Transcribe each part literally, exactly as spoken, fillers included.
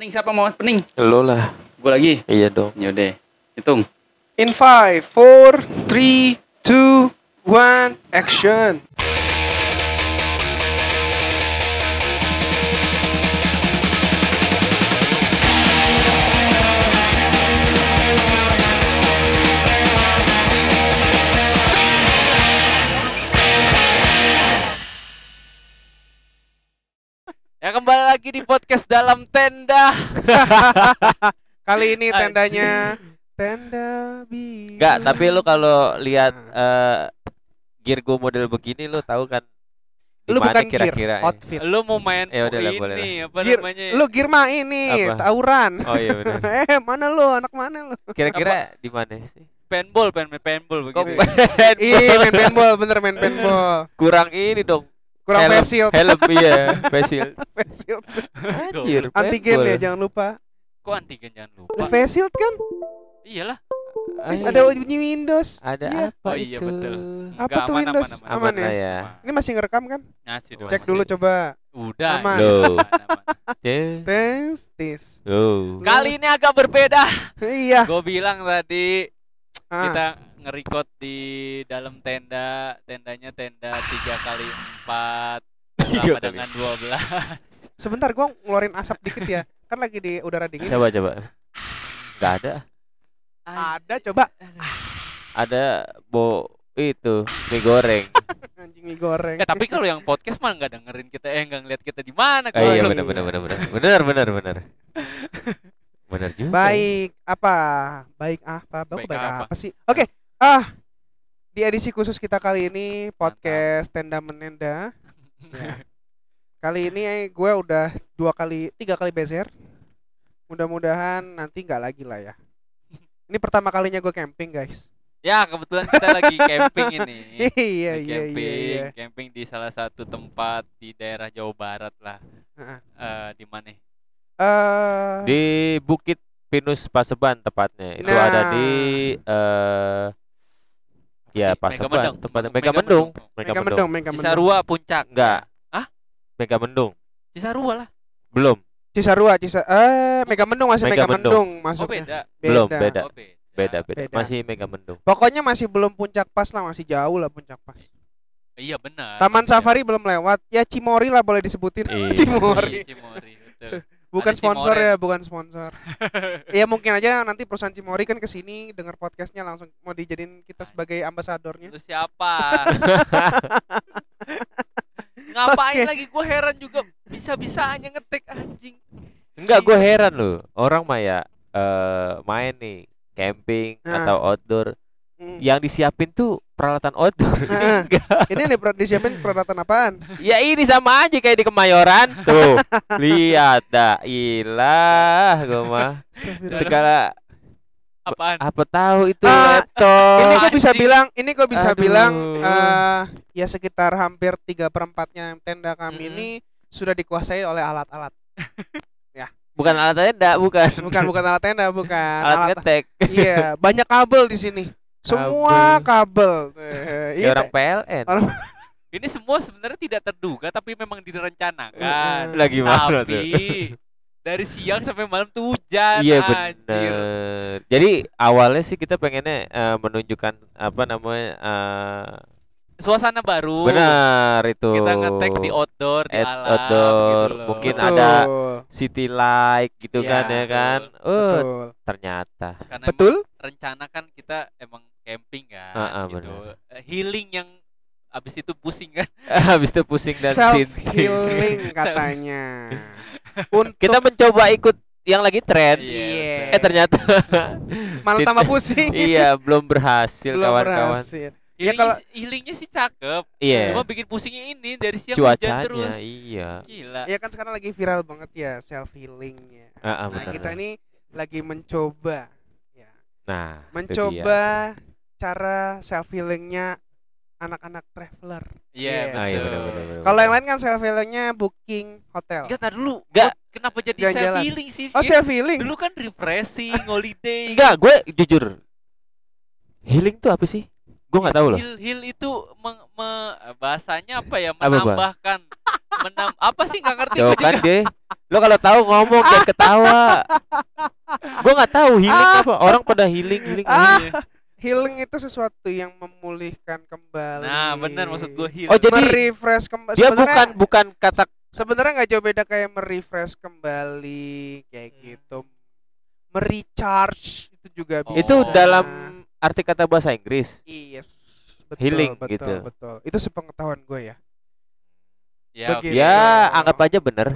Pening siapa mau pening? Lo lah. Gue lagi. Iya dong. Yaudah, hitung. In five, four, three, two, one, action. Ya kembali lagi di podcast dalam tenda. Kali ini tendanya tenda biru. Enggak, tapi lu kalau lihat uh, gear gue model begini lu tahu kan Lu dimana bukan kira-kira gear, outfit. Lu mau main Ya udah lah, ini boleh apa Gear, namanya? lu gear mah ini Apa? tawuran. Oh iya benar. eh mana lu anak mana lu? Kira-kira di mana sih? Paintball, main main paintball Kok begitu. paintball? Iya main paintball, bener main paintball. Kurang ini dong. Kurang Helm- face shield. Helm iya, face shield. Face shield. Anjir, Antigen paintball. ya jangan lupa. Kok antigen jangan lupa. Face shield kan? Iyalah. Ay, Ada bunyi Windows. ada Iya. apa Oh iya, itu? betul. Apa Enggak, tuh aman, Windows? aman, Aman, Aman ya? lah ya. Ini masih ngerekam kan? Ngasih dong. Cek dulu coba. Udah. Aman. Loh. Aman, aman. Cek. Tes, tes. Oh. Kali ini agak berbeda. Iya. Gue bilang tadi Ah. kita nge-record di dalam tenda, tendanya tenda tiga kali empat Tiga sama kali. dengan dua belas. Sebentar gua ngeluarin asap dikit ya. Kan lagi di udara dingin. Coba coba. Enggak ada. Ada coba. Ada bo itu mie goreng. Anjing mie goreng. Eh tapi kalau yang podcast mah nggak dengerin kita, eh nggak ngeliat kita di mana. Oh, iya Waduh. benar benar benar benar. Benar benar benar. Benar juga. Baik apa? Baik apa? Baik, Baik baik apa? apa? sih? Oke. Ah, di edisi khusus kita kali ini podcast Tenda Menenda. Ya. Kali ini gue udah dua kali, tiga kali bezer. Mudah-mudahan nanti nggak lagi lah ya. Ini pertama kalinya gue camping guys. Ya kebetulan kita lagi camping ini. Iya Lagi iya camping, iya. iya. camping di salah satu tempat di daerah Jawa Barat lah. Heeh. Eh di mana? Eh, Di Bukit Pinus Paseban tepatnya. Itu Nah. ada di eh ya sih? Paseban, Megamendung. tempatnya Mega Megamendung. Mega Megamendung. Mendung, Mega Mendung. Cisarua Puncak. Enggak. Hah? Megamendung. Cisarua lah. Belum. Cisarua, Cisa eh Mega Mendung masih Mega Megamendung. Mendung Oh masuknya. beda. Belum, beda. Oh beda. Beda beda. Beda. Masih Megamendung. Pokoknya masih belum puncak pas lah, masih jauh lah puncak pas. Iya benar. Taman Maksudnya. Safari belum lewat. Ya Cimori lah boleh disebutin. Iya. Cimori. Iya, Cimori, betul. Bukan Ada sponsor Cimoren. ya, bukan sponsor. Ya mungkin aja nanti perusahaan Cimori kan kesini dengar podcastnya langsung mau dijadiin kita sebagai ambasadornya. Lu siapa? Ngapain Oke. lagi, gue heran juga, bisa-bisa hanya ngetek anjing. Enggak, gue heran loh. Orang mah ya eh, main nih camping Nah. atau outdoor. Hmm. Yang disiapin tuh peralatan outdoor. Nah. Enggak. Ini nih per- disiapin peralatan apaan? Ya ini sama aja kayak di Kemayoran. Tuh, lihat dah. Ilah, gue mah segala Apaan? apa tahu itu Ah, laptop. Ini gue bisa Anjing. bilang, ini gue bisa Aduh. bilang eh ya sekitar hampir tiga perempatnya tenda kami Mm-mm. ini sudah dikuasai oleh alat-alat. Bukan alat tenda, bukan. Bukan bukan alat tenda, bukan. Alat ngetek. Iya, banyak kabel di sini. Semua kabel. Eh, Kayak iya, orang P L N. Orang- Ini semua sebenarnya tidak terduga tapi memang direncanakan. Lagi mana Tapi tuh? dari siang sampai malam tuh hujan. Iya anjir. benar. Jadi awalnya sih kita pengennya eh, menunjukkan apa namanya eh, Suasana baru. benar itu. Kita ngetek di outdoor, di At- alam outdoor. gitu loh. Mungkin Betul. ada city light gitu Iya, kan ya kan. betul. Oh, Betul. ternyata. Karena Betul? emang rencana kan kita emang camping kan Ah, ah, gitu. benar. Eh, Healing yang abis itu pusing kan. Habis itu pusing dan Self sinting. healing katanya. Untuk Kita mencoba ikut yang lagi tren. Iya. Eh ternyata malah tambah pusing. iya belum berhasil Belum kawan-kawan. berhasil. Healingnya, Ya, kalau- sih- healingnya sih cakep. Iya. Cuma bikin pusingnya ini dari siang hujan terus. Cuacanya iya. Gila. Ya kan sekarang lagi viral banget ya self healingnya. Ah, ah, Nah, benar. kita ini lagi mencoba ya, Nah, itu dia. mencoba cara self healingnya anak-anak traveler. Iya, Iya. betul. Ah, iya, benar, benar, benar. Kalau yang lain kan self healingnya booking hotel. Enggak, tar dulu. Nggak. Gua Kenapa jadi Jalan-jalan. self healing sih? Oh, Skip? self healing. Dulu kan refreshing, holiday. Enggak, gue jujur. Healing tuh apa sih? Gue nggak tahu loh. Heal heal itu meng, me- bahasanya apa ya? Apa, Bang? Menambahkan menam apa sih nggak ngerti Tuh gue kan juga. deh. Lo kalau tahu ngomong jangan ketawa. Gue nggak tahu healing apa. Orang pada healing healing. Ah, healing. healing itu sesuatu yang memulihkan kembali. Nah, benar maksud gue heal. Oh, jadi merefresh kembali. dia bukan bukan kata sebenarnya nggak jauh beda kayak merefresh kembali kayak Hmm. gitu. Merecharge itu juga Oh. bisa. itu dalam arti kata bahasa Inggris. Iya. Betul, Healing betul, gitu. Betul. Itu sepengetahuan gue ya. Ya, Begitu. oke. Ya, anggap aja bener.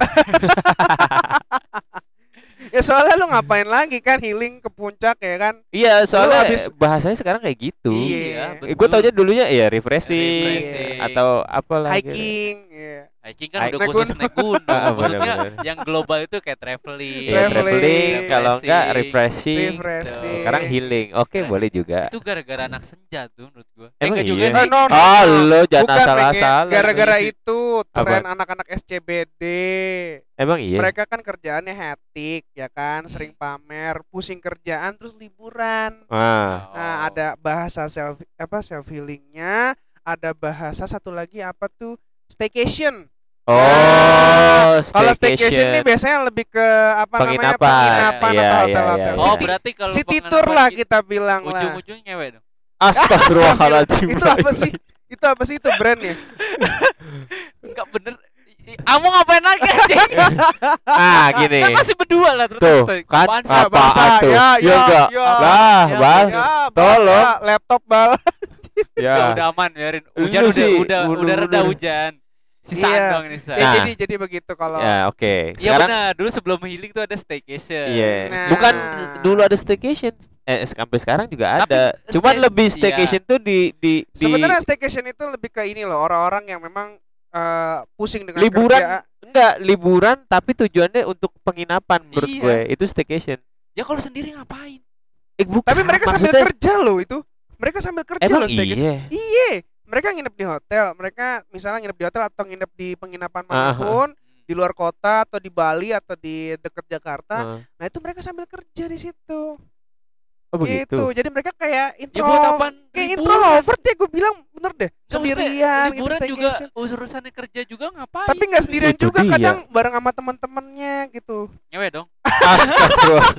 Ya soalnya lu ngapain lagi kan healing ke puncak ya kan? Iya, soalnya habis- bahasanya sekarang kayak gitu. Iya, Eh, gue taunya dulunya ya refreshing, Refreshing. atau apalah gitu. Hiking, ya. Hiking kan Hike- udah naik khusus gunung. naik gunung. Ah, Maksudnya benar-benar. yang global itu kayak traveling. Iya, traveling, Traveling, kalau enggak refreshing. refreshing. Refreshing. Sekarang healing. Oke, Keren. boleh juga. Itu gara-gara anak senja tuh menurut gua. Eh, Emang enggak juga iya? sih. Eh, no, no, Oh, no. lo jangan Bukan, asal-asalan. Menge. Gara-gara Iya sih. itu tren Apa? anak-anak S C B D. Emang iya. Mereka kan kerjaannya hectic ya kan, Hmm. sering pamer, pusing kerjaan terus liburan. Ah, Nah, Oh. ada bahasa self apa self healingnya, ada bahasa satu lagi apa tuh? Staycation. oh, Kalau staycation ini staycation. biasanya lebih ke apa namanya? Penginapan. Penginapan Iya, atau iya, hotel-hotel. iya, Oh, iya. City, berarti kalau city penginapan tour lah ki- kita bilang lah. ujung-ujungnya ngewe dong. Astagfirullahaladzim. Itu apa sih? Itu apa sih itu brandnya? Enggak bener. I- Kamu ngapain lagi anjing? Ah, gini. Kan masih berdua lah terus. Tuh, terus- kan? apaan sih? Ah, Apa bahasa, tuh? ya, Ya ya, enggak. ya. Lah, Ya, Bal. ya. Ya, Tolong. bahasa, laptop bal. Ya. Udah, udah aman biarin. Hujan Lu udah sih, udah mundur, udah reda mundur. hujan. Sisaan Iya. dong ini sisaan. Ya, Nah. jadi jadi begitu kalau Ya, oke. Iya Sekarang benar, dulu sebelum healing tuh ada staycation. iya. Nah. Bukan dulu ada staycation. Eh, sampai sekarang juga Tapi ada. Cuman stay- lebih iya. staycation tuh di di di sebenarnya staycation itu lebih ke ini loh, orang-orang yang memang eh, pusing dengan liburan kerja. enggak liburan tapi tujuannya untuk penginapan menurut Iya. gue. Itu staycation. Ya kalau sendiri ngapain? Eh, bukan. Tapi mereka sambil Maksudnya- kerja loh itu. Mereka sambil kerja Emang loh staycation. iya. Iya, mereka nginep di hotel. Mereka misalnya nginep di hotel atau nginep di penginapan Ah, manapun, di luar kota atau di Bali atau di dekat Jakarta. Heeh. Nah, itu mereka sambil kerja di situ. Oh begitu. Gitu. Jadi mereka kayak Ya intro buat apaan? kayak Liburan. introvert ya gue bilang bener deh. Nggak, maksudnya Sendirian gitu liburan juga staycation. urusannya kerja juga ngapain? Tapi nggak sendirian Itu juga, dia. kadang bareng sama teman-temannya gitu. Ngewe dong. Astagfirullah.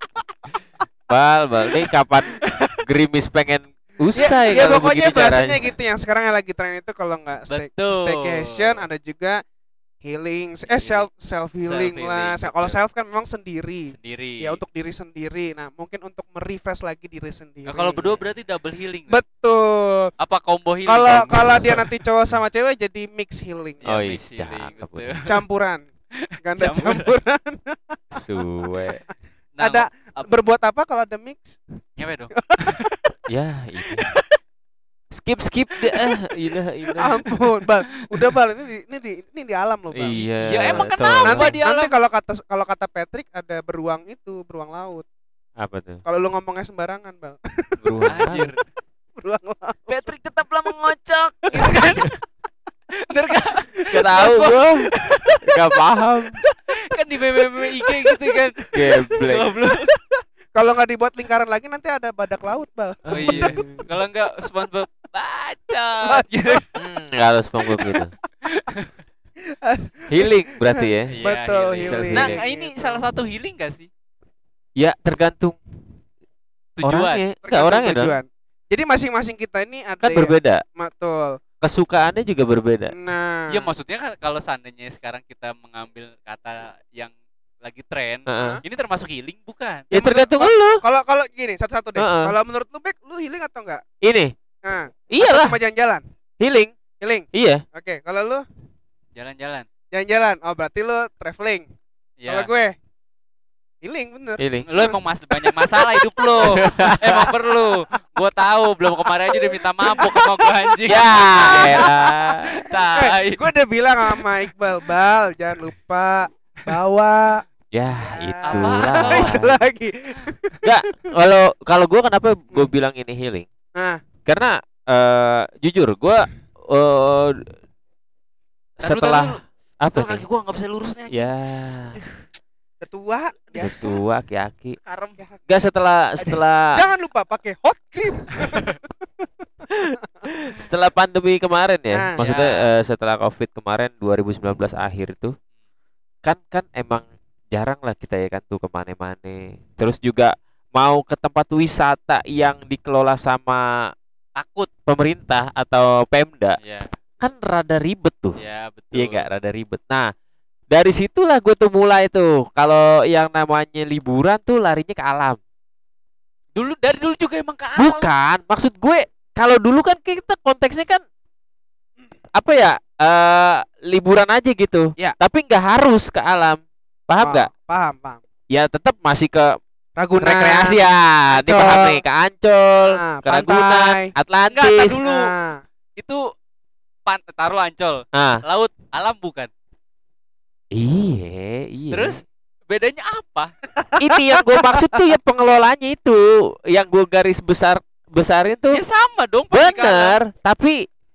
Bal, bal, ini kapan gerimis pengen usai ya, ya kalau pokoknya begini bahasanya caranya. gitu yang sekarang yang lagi tren itu kalau nggak stay, Betul. staycation ada juga healing eh self self healing lah. Self-healing, Kalau betul. self kan memang sendiri. Sendiri. Ya untuk diri sendiri. Nah, mungkin untuk merefresh lagi diri sendiri. Nah, kalau berdua berarti double healing. dong? betul. Apa combo healing? Kalau dong? kalau dia nanti cowok sama cewek jadi mix healing. Ya, Oh, mix iya, healing, cakep betul. udah. Campuran. Ganda Campuran. campuran. Suwe. Nah, Ada ap- berbuat apa kalau ada mix? ngewe dong. Ya, ini. Skip skip deh. Ah, ilah ilah. Ampun, Bal. Udah Bal, ini di, ini di ini di alam loh, Bal. Iya. Ya, emang tolong. kenapa Nanti, di alam? nanti kalau kata kalau kata Patrick ada beruang itu, beruang laut. Apa tuh? Kalau lu ngomongnya sembarangan, Bal. Beruang. Anjir. Beruang laut. Patrick tetaplah mengocok. Gitu kan? Bener kan? Gak tahu bro. Gak paham. Kan di meme-meme I G gitu kan. Geblek. Goblok. Kalau nggak dibuat lingkaran lagi nanti ada badak laut, Bal. Oh iya. Kalau enggak SpongeBob baca gitu. Hmm, gak harus SpongeBob gitu. Healing berarti ya. Iya, Betul, healing. Nah, Healing. ini salah satu healing gak sih? Ya tergantung Tujuan. orangnya. Enggak Tergantung orangnya dong. tujuan. Jadi masing-masing kita ini ada Kan ya- berbeda. Betul. Kesukaannya juga berbeda. Nah. Ya maksudnya kan kalau seandainya sekarang kita mengambil kata yang lagi tren, Heeh. ini termasuk healing bukan? Ya tergantung menurut- lu. Kalau kalau gini satu-satu deh. Heeh. Kalau menurut lu Bek, lu healing atau enggak? Ini. Nah, Iyalah, cuma jalan-jalan. healing. Healing. Iya. Oke, kalau lu Jalan-jalan. jalan-jalan. Oh, berarti lu traveling. Kalau Ya. gue healing bener. Healing. Lu emang mas banyak masalah hidup lu. Emang perlu. Gua tahu belum kemarin aja udah minta mabuk sama gua anjing. Ya, elah. Tai. Eh, gue udah bilang sama Iqbal, Bal, jangan lupa bawa. Ya, Ah, itulah. itu lagi. Enggak, kalau kalau gua kenapa gua bilang ini healing? Nah, Karena eh jujur gua eh setelah apa Kalau kaki nih? gua enggak bisa lurusnya. Ya, ketua biasa. ketua aki-aki. Karem. Enggak setelah setelah Jangan lupa pakai hot cream. Setelah pandemi kemarin ya, Nah, maksudnya ya. eh, setelah Covid kemarin dua ribu sembilan belas akhir itu kan kan emang jarang lah kita ya kan tuh kemana-mana. Terus juga mau ke tempat wisata yang dikelola sama Takut. pemerintah atau Pemda Ya, kan rada ribet tuh. ya betul. Iya nggak, rada ribet. Nah, dari situlah gue tuh mulai tuh kalau yang namanya liburan tuh larinya ke alam. Dulu dari dulu juga emang ke alam. Bukan, maksud gue kalau dulu kan kita konteksnya kan apa ya? eh liburan aja gitu. Ya. Tapi nggak harus ke alam. Paham Oh, nggak? Paham, paham. Ya tetap masih ke Ragunan. rekreasi ya. Ini Ancol. paham nih, ke Ancol, Nah, ke pantai. Ragunan, Enggak, tar Atlantis. dulu. Nah, Itu pan taruh Ancol, Ah, laut, alam bukan. iya, iya. Terus bedanya apa? ini yang gue maksud tuh ya pengelolanya itu, yang gue garis besar besarin tuh Ya sama dong pasti ke alam. bener, tapi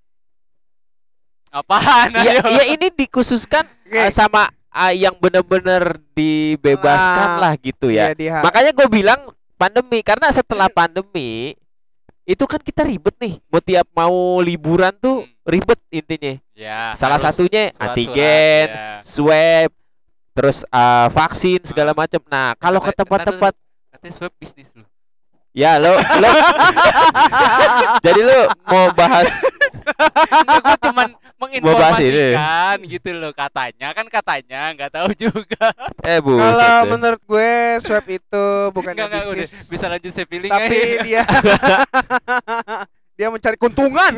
Apaan? ya, ayo? ya ini dikhususkan Oke. eh, sama eh, yang bener-bener dibebaskan Ah, lah gitu ya. iya, dia. Makanya gue bilang pandemi karena setelah pandemi itu kan kita ribet nih, mau tiap mau liburan tuh Hmm. ribet intinya. Ya, Salah harus satunya surat-surat, antigen, ya. swab, terus eh, vaksin segala macam. Nah, kalau ke Kata- tempat-tempat Katanya swab bisnis lu. ya lo lo jadi lo mau bahas Enggak, gua cuman Mau bahas ini. menginformasikan gitu loh katanya kan katanya nggak tahu juga. eh bu Kalau menurut gue swab itu bukan Enggak enggak udah bisnis, bisa lanjut saya feeling tapi aja. dia dia mencari keuntungan.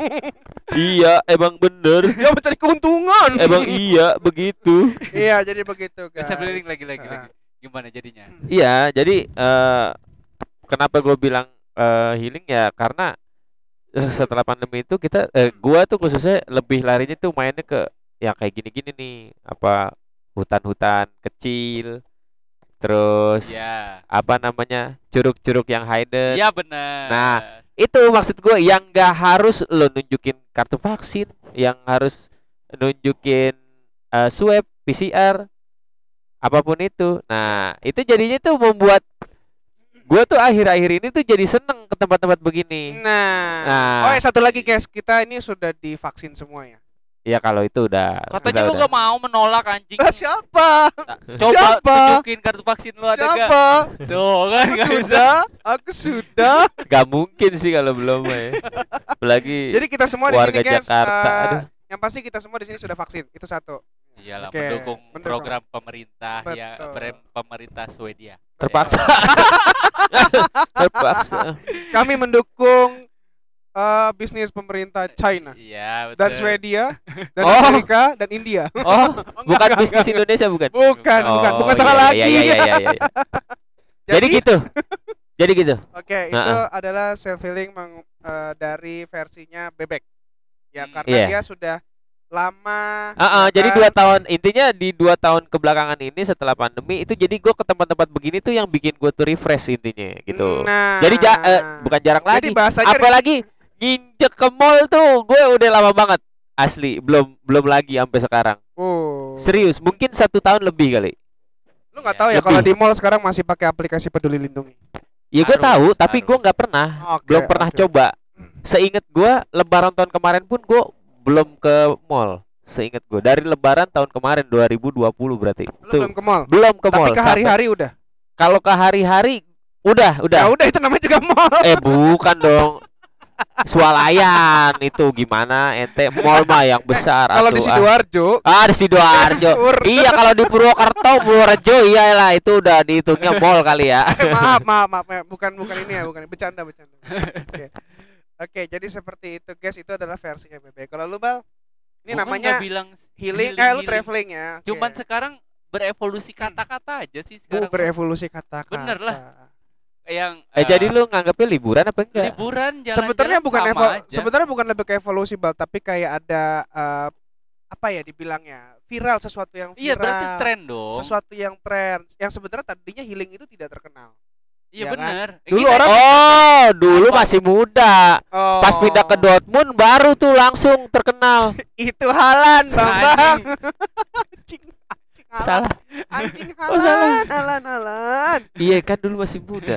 iya emang bener Dia mencari keuntungan. emang iya begitu. Iya, jadi begitu, guys. Bisa feeling lagi lagi Ah. lagi. Gimana jadinya? Iya, jadi eh kenapa gue bilang eh, healing ya karena eh, setelah pandemi itu kita, eh, gua tuh khususnya lebih larinya tuh mainnya ke yang kayak gini-gini nih, apa hutan-hutan kecil, terus Ya. apa namanya curug-curug yang hidden. Iya benar. Nah, itu maksud gue yang nggak harus lo nunjukin kartu vaksin, yang harus nunjukin eh, swab, P C R, apapun itu. Nah, itu jadinya tuh membuat gue tuh akhir-akhir ini tuh jadi seneng ke tempat-tempat begini. Nah. Nah. Oh, ya, satu lagi, guys. Kita ini sudah divaksin semua ya. Ya kalau itu udah. katanya udah, lu udah. gak mau menolak anjing. Ah, siapa? Coba siapa? tunjukin kartu vaksin lu ada gak? Siapa? Tuh kan Aku nggak bisa. sudah, aku sudah. Gak mungkin sih kalau belum ya. Apalagi Jadi kita semua di warga sini, guys, Jakarta. eh, Aduh. yang pasti kita semua di sini sudah vaksin. Itu satu. Iyalah Oke, mendukung mendukung. program pemerintah ya Betul. bre- pemerintah Swedia. Terpaksa. Terpaksa. Kami mendukung eh, bisnis pemerintah China Iya, betul. dan Swedia dan Oh. Amerika dan India. Oh, bukan enggak, bisnis enggak. Indonesia bukan? Bukan, Oh, bukan, bukan iya, salah iya, lagi. Iya, iya, iya, iya, iya. Jadi gitu. Jadi gitu. Oke, itu Nah, adalah self healing meng- eh, dari versinya Bebek. Ya, Hmm. karena Iya. dia sudah lama. Ah, ah, ya jadi kan? dua tahun intinya di dua tahun kebelakangan ini setelah pandemi itu jadi gue ke tempat-tempat begini tuh yang bikin gue tuh refresh intinya gitu. Nah, Jadi ja- eh, bukan jarang jadi lagi. bahasanya Apalagi nginjek ke mall tuh gue udah lama banget asli belum belum lagi sampai sekarang. Oh. Serius mungkin satu tahun lebih kali. Lu nggak Iya. tahu ya Lebih. kalau di mall sekarang masih pakai aplikasi Peduli Lindungi. Ya gue Harus, tahu tapi gue harus. nggak pernah Oke, belum pernah oke. coba. Seingat gue Lebaran tahun kemarin pun gue belum ke mall. Seingat gue dari Lebaran tahun kemarin dua ribu dua puluh berarti. Lu Tuh belum ke mall. belum ke Tapi mall. ke sampai- hari-hari udah. Kalau ke hari-hari udah udah. Ya udah itu namanya juga mall. Eh bukan dong. Swalayan itu gimana ente mall mah yang besar Kalau di atuh, ah. Sidoarjo, Ah di Sidoarjo. Sur. Iya kalau di Purwokerto, Purworejo iyalah itu udah dihitungnya mall kali ya. eh, maaf, maaf, maaf, maaf, bukan bukan ini ya, bukan bercanda, bercanda. Oke. Oke, jadi seperti itu, guys. Itu adalah versinya Bebek. Kalau lu, Bal, ini Gua kan namanya nggak bilang healing, healing, eh lu healing. traveling ya. Oke. Cuman sekarang berevolusi kata-kata aja sih Oh, sekarang. berevolusi kata-kata. Bener lah. Yang Eh jadi lu nganggapnya liburan apa enggak? liburan jalan-jalan Sebenarnya bukan sama evo- aja. sebenarnya bukan lebih ke evolusi, Bal, tapi kayak ada eh, apa ya dibilangnya? Viral, sesuatu yang viral. Iya berarti tren dong. Sesuatu yang tren yang sebenarnya tadinya healing itu tidak terkenal. Iya ya kan? bener. Dulu Kita- orang- Oh, dulu Apa? masih muda. Oh. Pas pindah ke Dortmund baru tuh langsung terkenal. Itu Halan, Bambang. Anjing. Anjing, anjing Halan. Salah. Anjing Oh, salah. Halan, Halan, Halan. Iya kan dulu masih muda.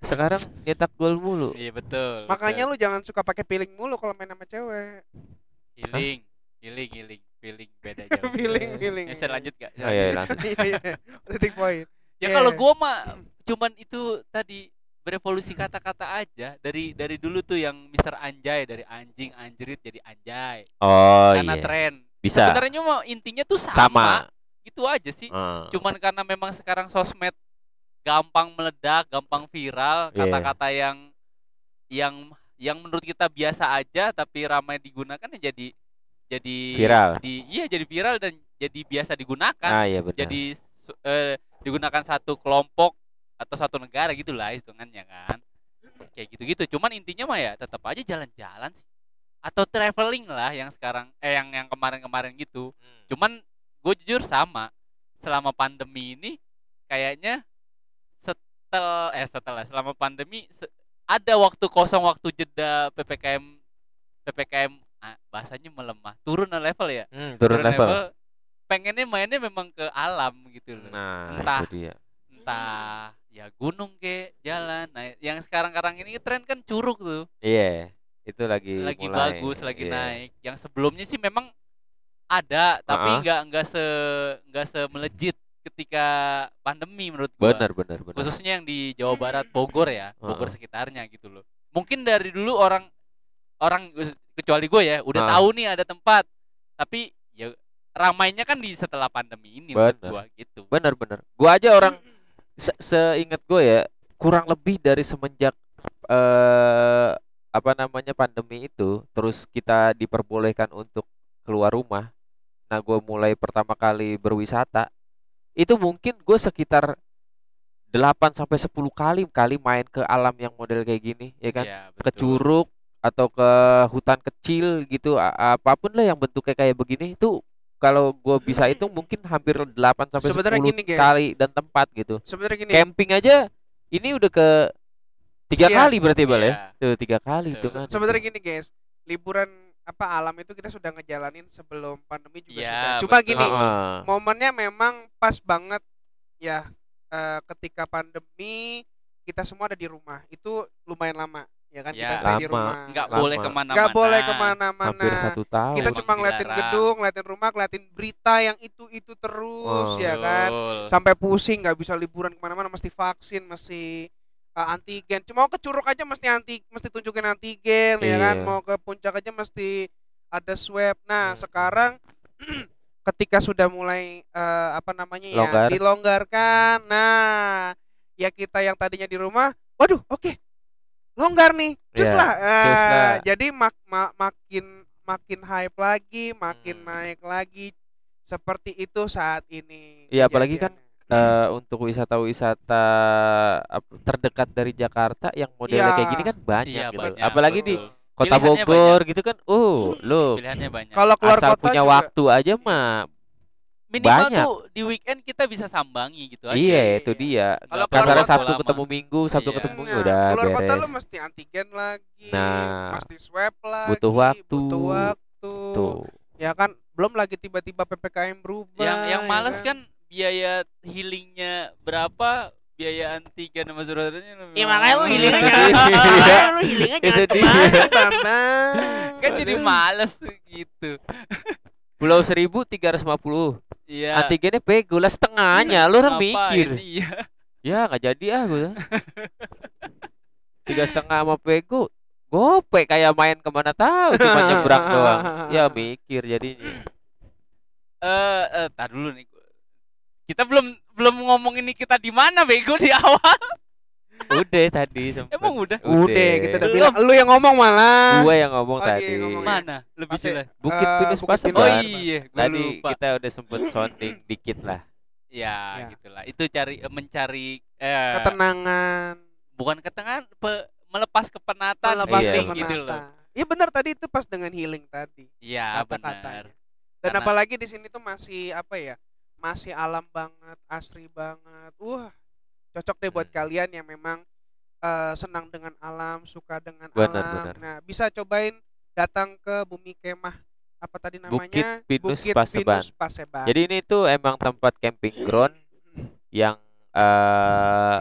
sekarang nyetak gol mulu. Iya betul. Makanya lu jangan suka pakai feeling mulu kalau main sama cewek. healing, healing, healing, feeling beda jauh. Feeling, feeling. Ya, bisa lanjut gak? Oh iya, langsung. Iya, iya. Titik poin. Ya Yeah. kalau gua mah cuman itu tadi berevolusi kata-kata aja dari dari dulu tuh yang mister Anjay, dari anjing anjrit jadi anjay Oh karena iya. tren. Bisa. Sebenarnya mah intinya tuh sama. Sama. Gitu aja sih. Ah. Cuman karena memang sekarang sosmed gampang meledak, gampang viral, Iya. kata-kata yang yang yang menurut kita biasa aja tapi ramai digunakan ya jadi jadi Viral. di iya jadi viral dan jadi biasa digunakan. Ah iya benar. Jadi su- eh, digunakan satu kelompok atau satu negara gitulah hitungannya kan. Kayak gitu-gitu. Cuman intinya mah ya tetap aja jalan-jalan sih. Atau traveling lah yang sekarang eh yang yang kemarin-kemarin gitu. Hmm. Cuman gue jujur sama selama pandemi ini kayaknya setel eh setelah selama pandemi se- ada waktu kosong, waktu jeda P P K M P P K M ah, bahasanya melemah, turun level ya. Hmm, turun level. Pengennya mainnya memang ke alam gitu loh. Nah, Entah. itu dia. Entah ya gunung ke jalan. Nah, yang sekarang-sekarang ini tren kan curug tuh. Iya. Itu lagi Lagi mulai. bagus, lagi Iya. naik. Yang sebelumnya sih memang ada, tapi Uh-uh. nggak nggak se nggak se melejit ketika pandemi menurut gua. Benar, benar, benar. Khususnya yang di Jawa Barat, Bogor ya, Bogor Uh-uh. sekitarnya gitu loh. Mungkin dari dulu orang orang kecuali gue ya udah Uh. tahu nih ada tempat, tapi ya ramainya kan di setelah pandemi ini menurut Benar. gua gitu. Benar, benar. Gua aja orang se- seingat gue ya, kurang lebih dari semenjak eh apa namanya pandemi itu, terus kita diperbolehkan untuk keluar rumah. Nah, gue mulai pertama kali berwisata, itu mungkin gue sekitar delapan sampai sepuluh kali kali main ke alam yang model kayak gini, ya kan? Iya, Ke betul. curug atau ke hutan kecil gitu, a- apapun lah yang bentuknya kayak begini itu kalau gue bisa hitung mungkin hampir delapan sampai Sebenarnya sepuluh gini, guys. kali dan tempat gitu. Sebenarnya gini. Camping aja ini udah ke tiga Sekian. kali berarti Bal ya? Iya. Tuh tiga kali Betul. itu kan. Sebenarnya gini guys, liburan apa alam itu kita sudah ngejalanin sebelum pandemi juga Iya, sudah. Cuma betul. gini, Heeh. momennya memang pas banget ya eh, ketika pandemi kita semua ada di rumah. Itu lumayan lama ya kan Ya, kita stay di lama. rumah. Nggak Lama. boleh kemana-mana. Nggak boleh kemana-mana. Hampir satu tahun. Kita Emang cuma ngeliatin dilarang. gedung, ngeliatin rumah, ngeliatin berita yang itu-itu terus Oh. ya kan. Betul. Sampai pusing nggak bisa liburan kemana-mana, mesti vaksin, mesti uh, antigen. Cuma mau ke Curug aja mesti anti, mesti tunjukin antigen ya kan. Iya. Mau ke puncak aja mesti ada swab. Nah Hmm. sekarang ketika sudah mulai uh, apa namanya ya Longgar. dilonggarkan, nah ya kita yang tadinya di rumah, waduh oke longgar nih, cus Iya, lah. cus Eh, lah. jadi mak ma- makin makin hype lagi, makin Hmm. naik lagi. Seperti itu saat ini. Iya, apalagi kan kejadiannya. eh, untuk wisata-wisata ap- terdekat dari Jakarta yang modelnya Iya. kayak gini kan banyak Iya, gitu. banyak, Apalagi di betul. Kota Pilihannya Bogor gitu kan. Uh, lo Pilihannya banyak. Kalau keluar asal kota punya juga, waktu aja mah Minimal banyak. tuh di weekend kita bisa sambangi gitu aja. iya itu Iya. dia. Kalau keluar Kasarnya kota Sabtu lama. ketemu Minggu, Sabtu Iya. ketemu Minggu Nah, udah keluar kota beres. lu mesti antigen lagi, Nah, mesti swab lagi, butuh waktu. butuh waktu. Tuh. Ya kan, belum lagi tiba-tiba P P K M berubah. Yang yang ya males kan biaya healingnya berapa, biaya antigen sama suratnya. Ya makanya lu healingnya Itu jangan dia. kemana, lu healingnya Itu jangan dia. kemana, Bambang. Kan jadi males gitu. Pulau Seribu tiga ratus lima puluh. Iya. Antigennya bego lah setengahnya. Lu orang Ngapain? mikir. Iya. Ya nggak jadi ah gue. Tiga setengah sama pego. Gope kayak main kemana tahu cuma nyebrang doang. Ya mikir jadinya. Eh, eh, tar dulu nih. Kita belum belum ngomong ini kita di mana bego di awal. Udah tadi sempet. Emang udah? Udah, kita udah Belum. bilang, lu yang ngomong malah. Gua yang ngomong Oh, dia tadi. yang ngomong. Mana? Lebih Masih- jelas. Bukit Eh, Pinus Bukit Paseban. Pinus. Oh Bar. iya, gua Tadi lupa. kita udah sempet sounding dikit lah. Ya, Ya. gitulah. Itu cari eh, mencari eh Ketenangan, bukan ketenangan, pe- melepas kepenatan melepas Iya. healing kepenatan. gitu loh. Iya benar tadi itu pas dengan healing tadi. Iya, Kata-katanya. benar. Dan Karena- apalagi di sini tuh masih apa ya? Masih alam banget, asri banget. Wah, cocok deh buat Hmm. kalian yang memang eh, senang dengan alam, suka dengan Benar, alam. benar. Nah, bisa cobain datang ke Bumi Kemah apa tadi namanya? Bukit Pinus Bukit Paseban. Pinus Paseban. Jadi ini tuh emang tempat camping ground Hmm, yang eh hmm, hmm.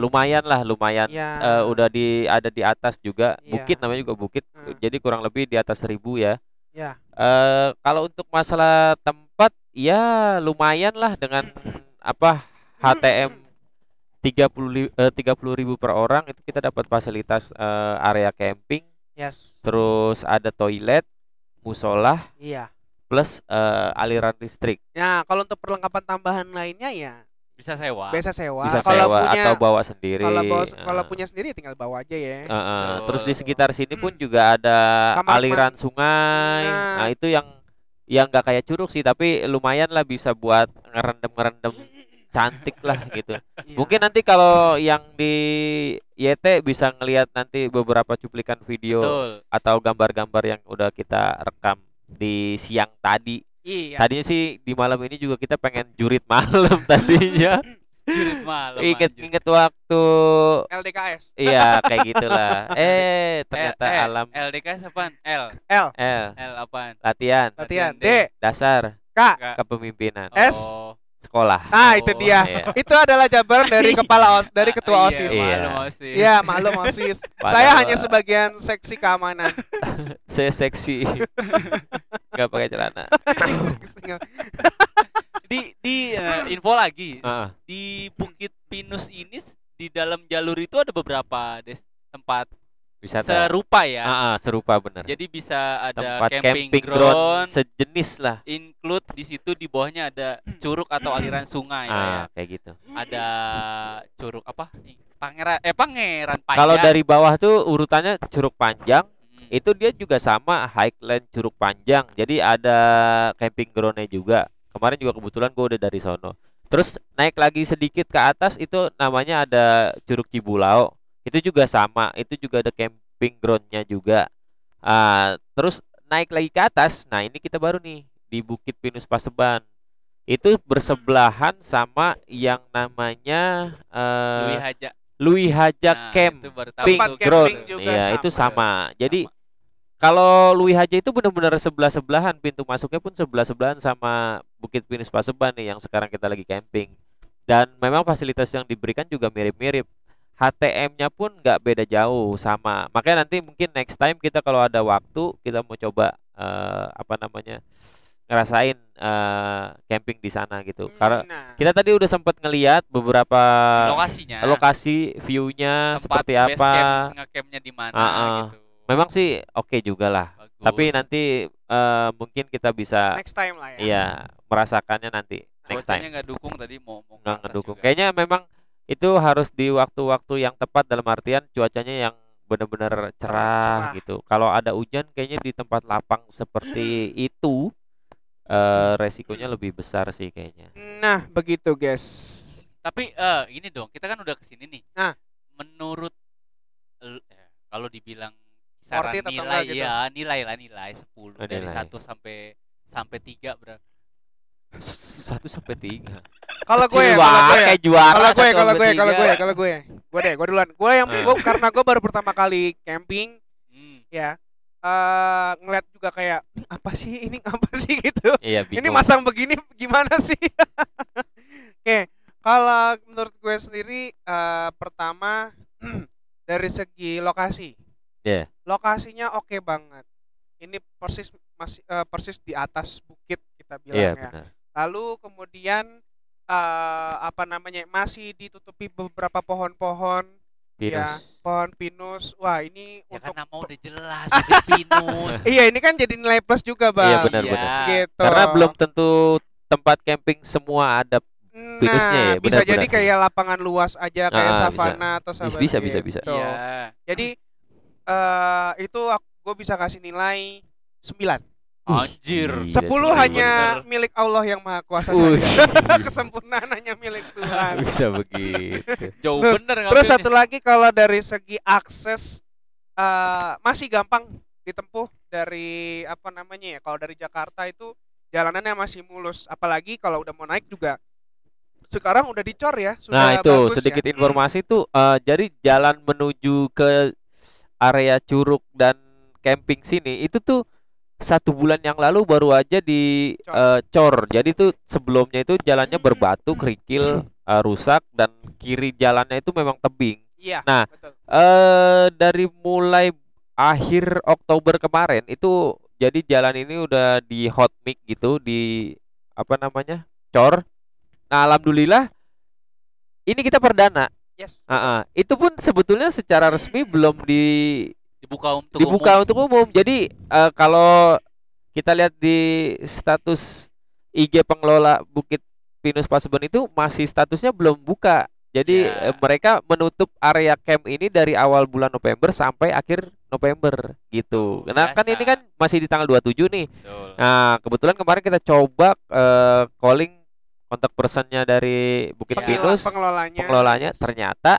lumayan lah, lumayan. Ya. Eh, udah di ada di atas juga. Iya. Bukit namanya juga bukit. Hmm. Jadi kurang lebih di atas seribu ya. Ya. Eh kalau untuk masalah tempat ya lumayan lah dengan apa H T M tiga puluh eh, tiga puluh ribu per orang itu kita dapat fasilitas eh, area camping, Yes. terus ada toilet, musola Iya. plus eh, aliran listrik. Nah, kalau untuk perlengkapan tambahan lainnya ya Bisa sewa. biasa sewa. Bisa kalau sewa punya, atau bawa sendiri. Kalau bawa, Eh, kalau punya sendiri tinggal bawa aja ya. eh, eh. Betul. Terus di sekitar sini pun juga ada Kamar aliran mandi. sungai. Nah. Nah, itu yang yang nggak kayak curug sih, tapi lumayan lah bisa buat ngerendam-ngerendam cantik lah gitu. Iya. Mungkin nanti kalau yang di Y T bisa ngelihat nanti beberapa cuplikan video Betul. atau gambar-gambar yang udah kita rekam di siang tadi. Iya. Tadinya sih di malam ini juga kita pengen jurit malam tadinya. Jurit malam. anjir. Ingat-ingat waktu L D K S. iya kayak gitulah. Eh ternyata eh, eh, alam L D K apaan? L. L. L L apaan? latihan Latihan. D. D. dasar K. Kak. kepemimpinan S. Oh. sekolah. Ah, itu Oh, dia. iya. Itu adalah jabaran dari kepala OS, dari ketua Iya, OSIS. Iya. maklum OSIS. Iya, maklum OSIS. Padahal- Saya hanya sebagian seksi keamanan. Saya seksi. Nggak pakai celana. Di di eh, info lagi. Heeh. Di Bukit Pinus ini s- di dalam jalur itu ada beberapa des tempat Wisata. serupa ya. Ah, ah, serupa bener. Jadi bisa ada Tempat camping, camping ground ground, sejenis lah. include di situ di bawahnya ada curug atau aliran sungai lah ya. Ah, kayak gitu. Ada curug apa? Pangeran eh Pangeran Panjang. Kalau dari bawah tuh urutannya Curug Panjang, Hmm. itu dia juga sama Highland Curug Panjang. Jadi ada camping groundnya juga. Kemarin juga kebetulan gue udah dari sono. Terus naik lagi sedikit ke atas itu namanya ada Curug Cibulau. Itu juga sama. Itu juga ada camping groundnya juga. Ah, terus naik lagi ke atas. Nah ini kita baru nih di Bukit Pinus Paseban. Itu bersebelahan sama yang namanya eh, Louis Haja. Louis Haja Nah, Camp. itu baru tahu Camping Tempat tuh. ground. camping juga Iya, sama. itu sama. Jadi Sama. kalau Louis Haja itu benar-benar sebelah-sebelahan, pintu masuknya pun sebelah-sebelahan sama Bukit Pinus Paseban nih yang sekarang kita lagi camping. Dan memang fasilitas yang diberikan juga mirip-mirip. H T M-nya pun nggak beda jauh sama. Makanya nanti mungkin next time kita kalau ada waktu kita mau coba eh, apa namanya ngerasain eh, camping di sana gitu. Karena Nah, kita tadi udah sempat ngeliat beberapa Lokasinya. lokasi view-nya tempat seperti base apa. camp, nge-campnya di mana Ah, ah. gitu. Memang sih oke juga lah. Bagus. Tapi nanti eh, mungkin kita bisa next time lah ya. iya merasakannya nanti next Cuacanya time. nggak dukung tadi mau mau ke Nggak atas ngedukung. juga. Kayaknya memang itu harus di waktu-waktu yang tepat dalam artian cuacanya yang benar-benar cerah cerah. gitu. Kalau ada hujan kayaknya di tempat lapang seperti itu eh, resikonya lebih besar sih kayaknya. Nah, begitu guys. Tapi eh ini dong, kita kan udah kesini nih. Nah. Menurut el- eh, kalau dibilang kisaran Worth it atau nilai enggak gitu? ya, nilai lah nilai sepuluh Oh, dari nilai. satu sampai sampai tiga berapa? Satu sampai tiga. Kalau gue Kecil ya, kalau gue banget, ya. kayak juara. Kalau gue, satu kalau sampai gue, kalau tiga. gue, kalau gue, gue deh, gue duluan. Gue yang Ah. gue karena gue baru pertama kali camping Hmm. ya, eh ngeliat juga kayak apa sih ini apa sih gitu. Iya, Ini bingung. masang begini gimana sih? Oke, kalau menurut gue sendiri eh, pertama dari segi lokasi, Iya. lokasinya oke banget. Ini persis masih eh, persis di atas bukit kita bilang Iya, ya. benar. Lalu kemudian eh, apa namanya masih ditutupi beberapa pohon-pohon, ya Pinus. pohon pinus. Wah ini Ya untuk kan nama udah jelas Bukit Pinus. iya ini kan jadi nilai plus juga bang. Iya, benar, Iya. benar. Gitu. Karena belum tentu tempat camping semua ada. pinusnya Nah, ya, bisa benar-benar. jadi kayak lapangan luas aja kayak Ah, bisa. savana atau Bisa, sahabat bisa, bisa, bisa. gitu. Iya. Jadi eh itu gue bisa kasih nilai sembilan. Anjir. Iya, sepuluh sepuluh hanya bener. milik Allah yang Maha Kuasa Wih. saja. Kesempurnaan hanya milik Tuhan. Bisa begitu. Jauh Terus- bener Terus ngambilnya. satu lagi kalau dari segi akses eh masih gampang ditempuh dari apa namanya ya? Kalau dari Jakarta itu jalanannya masih mulus, apalagi kalau udah mau naik juga sekarang udah dicor ya, sudah Nah itu bagus sedikit ya. informasi tuh eh, jadi jalan menuju ke area Curug dan camping sini itu tuh satu bulan yang lalu baru aja di Cor. eh, cor. Jadi tuh sebelumnya itu jalannya berbatu, kerikil, uh, rusak dan kiri jalannya itu memang tebing. Iya. Nah, betul. eh dari mulai akhir Oktober kemarin itu jadi jalan ini udah di hot mix gitu, di apa namanya? Cor. Nah, alhamdulillah ini kita perdana. Yes. Ah, ah. Itu pun sebetulnya secara resmi belum di Dibuka untuk dibuka umum. untuk umum. Jadi eh, kalau kita lihat di status I G pengelola Bukit Pinus Paseban itu masih statusnya belum buka. Jadi Ya. eh, mereka menutup area camp ini dari awal bulan November sampai akhir November gitu. Oh, Nah, kan biasa. ini kan masih di tanggal dua puluh tujuh nih. Betul. Nah, kebetulan kemarin kita coba eh, calling kontak personnya dari Bukit Ya. Pinus, pengelolanya. pengelolanya Yes. ternyata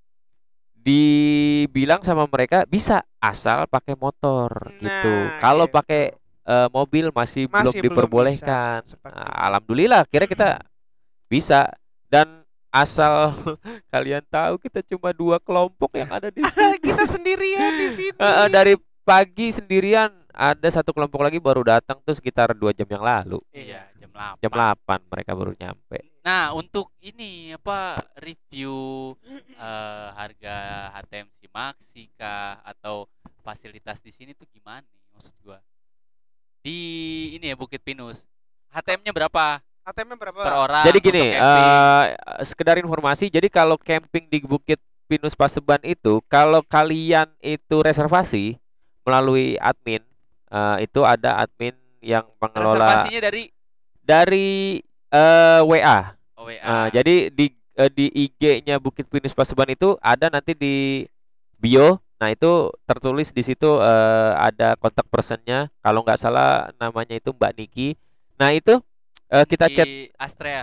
dibilang sama mereka bisa asal pakai motor gitu. Nah, Kalau gitu. pakai eh, mobil masih, belum Masih belum diperbolehkan. bisa, seperti Nah, itu. alhamdulillah akhirnya kita bisa dan asal kalian tahu kita cuma dua kelompok yang ada di sini. Kita sendirian di sini. Eh, eh, dari pagi sendirian ada satu kelompok lagi baru datang tuh sekitar dua jam yang lalu. Iya, jam delapan. Jam delapan mereka baru nyampe. Nah, untuk ini apa review eh, harga H T M Simaxi kah atau fasilitas di sini tuh gimana nih maksud gua? Di ini ya Bukit Pinus. H T M-nya berapa A T M-nya berapa? per orang? Jadi untuk gini, camping? eh sekedar informasi, jadi kalau camping di Bukit Pinus Paseban itu, kalau kalian itu reservasi melalui admin, eh, itu ada admin yang mengelola Reservasinya dari dari eh, W A. O W A. Eh, jadi di eh, di I G-nya Bukit Pinus Paseban itu ada nanti di bio. Nah, itu tertulis di situ eh, ada kontak personnya. Kalau nggak salah namanya itu Mbak Niki. Nah, itu eh, kita chat Niki Astrea.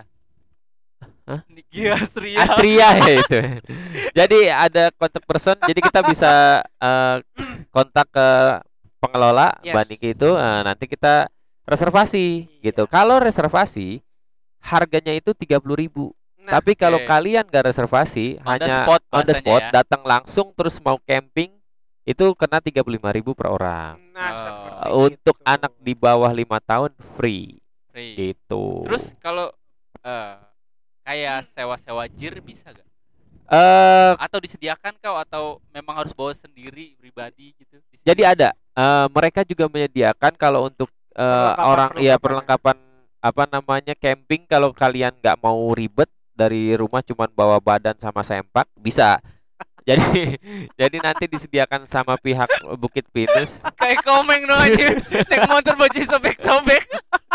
Hah? Niki Astria. Astria ya itu. Jadi ada kontak person, jadi kita bisa eh, kontak ke pengelola Yes. Mbak Niki itu, eh, nanti kita reservasi Iya. gitu. Kalau reservasi harganya itu tiga puluh ribu. Nah, Tapi kalau oke. kalian nggak reservasi, On the hanya spot on the bahasanya spot, ya. datang langsung terus mau camping, itu kena tiga puluh lima ribu per orang. nah Oh. seperti Untuk itu. anak di bawah lima tahun free Free. gitu. Terus kalau eh, kayak sewa-sewa jir bisa gak? eh Atau disediakan kau atau memang harus bawa sendiri pribadi gitu? di sini? Jadi ada, eh, mereka juga menyediakan kalau untuk eh, Perlengkapan- orang ya perlengkapan. perlengkapan apa namanya camping, kalau kalian nggak mau ribet dari rumah cuman bawa badan sama sempak bisa. Jadi jadi nanti disediakan sama pihak Bukit Pinus. Kayak komeng dong aja. Naik motor baju sobek-sobek.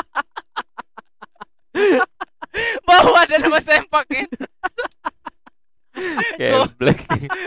Bawa dan sama sempakin. Geblek.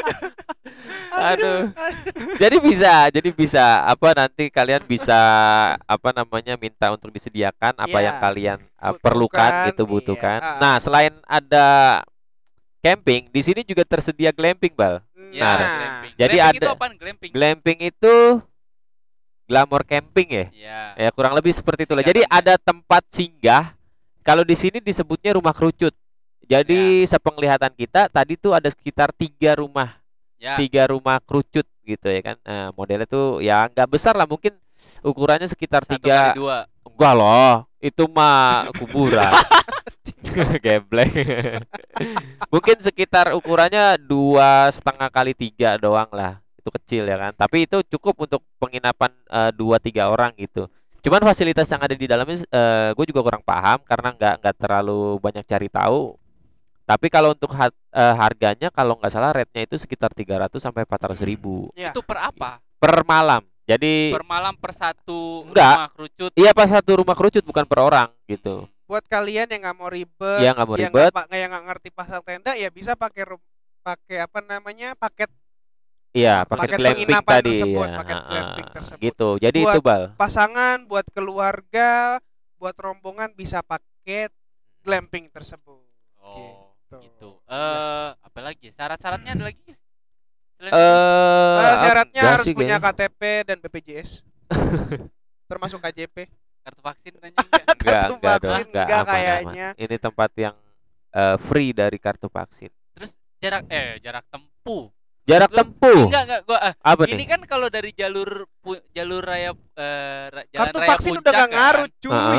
Aduh. Jadi bisa, jadi bisa apa nanti kalian bisa apa namanya minta untuk disediakan apa Iya. yang kalian uh, Butuhkan, perlukan gitu, iya. butuhkan. Ah. Nah, selain ada camping, di sini juga tersedia glamping, Bal. Ya, Nah, glamping. jadi Glamping itu ada- apaan glamping? Glamping itu glamour camping ya. Ya. Ya, kurang lebih seperti itulah. Jadi Singkatannya. ada tempat singgah. Kalau di sini disebutnya rumah kerucut. Jadi Ya. sepenglihatan kita tadi tuh ada sekitar tiga rumah Ya. tiga rumah kerucut gitu ya kan. Nah, modelnya tuh ya nggak besar lah, mungkin ukurannya sekitar Satu tiga. kali dua. Enggak loh, itu mah kuburan. Geblek. Mungkin sekitar ukurannya dua setengah kali tiga doang lah, itu kecil ya kan. Tapi itu cukup untuk penginapan eh, dua tiga orang gitu. Cuman fasilitas yang ada di dalamnya gue juga kurang paham karena nggak nggak terlalu banyak cari tahu. Tapi kalau untuk ha- eh, harganya kalau nggak salah rate-nya itu sekitar tiga ratus sampai empat ratus ribu Ya. Itu per apa? per malam. Jadi Per malam per satu Enggak. rumah kerucut. iya pas satu rumah kerucut bukan per orang gitu. Buat kalian yang nggak mau ribet, Iya, nggak mau yang ribet. nggak pa- yang nggak ngerti pasang tenda, ya bisa pakai ru- pakai apa namanya paket Iya, paket Paket glamping penginapan tadi tersebut, ya. paket ha-ha, glamping tersebut. Gitu. Jadi Buat itu Bal. pasangan, buat keluarga, buat rombongan bisa pakai glamping tersebut. Oh, Gitu. gitu. Eh, apa lagi? Syarat-syaratnya ada lagi? Selain itu? Eh, Eh, syaratnya enggak harus sih punya kayaknya. K T P dan B P J S. Termasuk K J P. Kartu vaksin nanya enggak? Enggak, Kartu enggak vaksin dong, enggak enggak aman, aman. kayaknya. Ini tempat yang eh, free dari kartu vaksin. Terus jarak eh jarak tempuh. Jarak Gua- tempuh. Enggak, enggak gua ah, Apa ini nih? kan kalau dari jalur pu- jalur raya eh, ra- jalan Kartu raya vaksin Puncak udah gak kan? ngaruh, cuy. Heeh.